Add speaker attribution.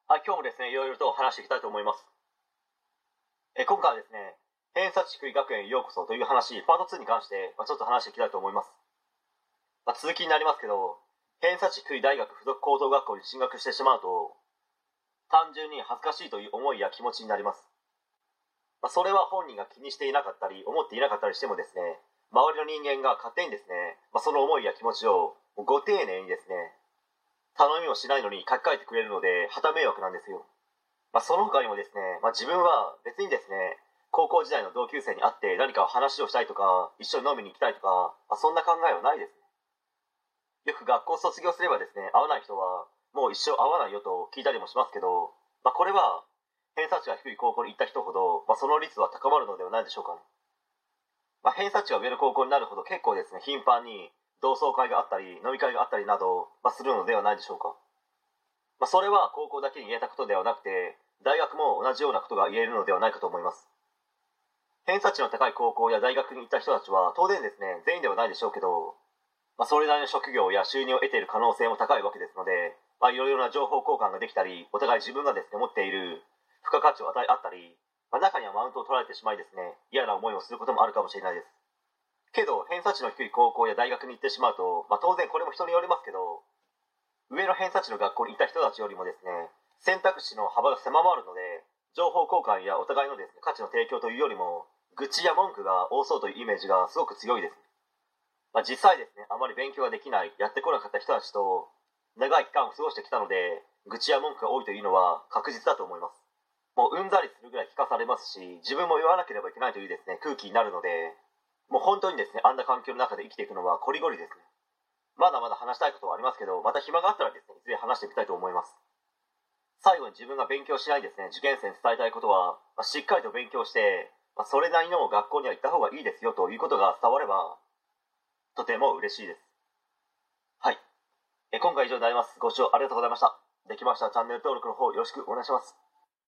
Speaker 1: はい、今日もですね、いろいろと話していきたいと思います。今回はですね、偏差値低い学園へようこそという話、パート2に関して、ちょっと話していきたいと思います。続きになりますけど、偏差値低い大学附属高等学校に進学してしまうと、単純に恥ずかしいという思いや気持ちになります。それは本人が気にしていなかったり、思っていなかったりしてもですね、周りの人間が勝手にですね、その思いや気持ちをご丁寧にですね、頼みをしないのに書き換えてくれるので、はた迷惑なんですよ。その他にもですね、自分は別にですね、高校時代の同級生に会って何か話をしたいとか、一緒に飲みに行きたいとか、そんな考えはないですね。よく学校卒業すればですね、会わない人はもう一生会わないよと聞いたりもしますけど、これは偏差値が低い高校に行った人ほど、その率は高まるのではないでしょうかね。偏差値が上の高校になるほど結構ですね、頻繁に同窓会があったり飲み会があったりなど、するのではないでしょうか。それは高校だけに言えたことではなくて、大学も同じようなことが言えるのではないかと思います。偏差値の高い高校や大学に行った人たちは当然ですね、全員ではないでしょうけど、それなりの職業や収入を得ている可能性も高いわけですので、いろいろな情報交換ができたり、お互い自分がですね持っている付加価値を与え合ったり、中にはマウントを取られてしまいですね、嫌な思いをすることもあるかもしれないです。けど偏差値の低い高校や大学に行ってしまうと、当然これも人によりますけど、上の偏差値の学校にいた人たちよりもですね、選択肢の幅が狭まるので、情報交換やお互いのですね、価値の提供というよりも愚痴や文句が多そうというイメージがすごく強いです。実際ですね、あまり勉強ができない、やってこなかった人たちと長い期間を過ごしてきたので、愚痴や文句が多いというのは確実だと思います。もううんざりするぐらい聞かされますし、自分も言わなければいけないというですね、空気になるので、もう本当にですね、あんな環境の中で生きていくのはこりごりですね。まだまだ話したいことはありますけど、また暇があったらですね、いずれ話してみたいと思います。最後に自分が勉強しないですね、受験生に伝えたいことは、しっかりと勉強して、それなりの学校には行った方がいいですよということが伝われば、とても嬉しいです。はい。今回以上になります。ご視聴ありがとうございました。できましたらチャンネル登録の方よろしくお願いします。